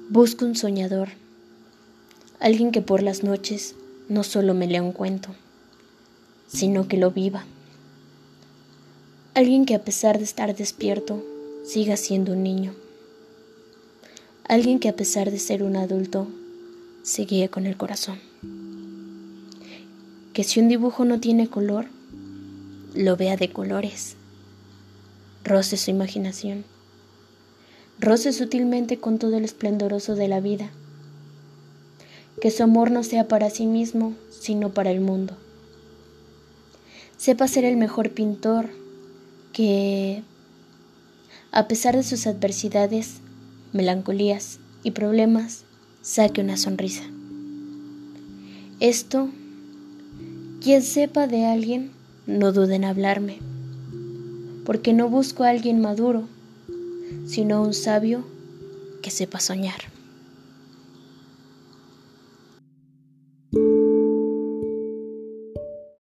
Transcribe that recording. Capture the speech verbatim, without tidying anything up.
Busco un soñador, alguien que por las noches no solo me lea un cuento, sino que lo viva. Alguien que a pesar de estar despierto, siga siendo un niño. Alguien que a pesar de ser un adulto, se guíe con el corazón. Que si un dibujo no tiene color, lo vea de colores. Roce su imaginación. Roce sutilmente con todo el esplendoroso de la vida. Que su amor no sea para sí mismo, sino para el mundo. Sepa ser el mejor pintor que, a pesar de sus adversidades, melancolías y problemas, saque una sonrisa. Esto, quien sepa de alguien, no dude en hablarme, porque no busco a alguien maduro, sino a un sabio que sepa soñar.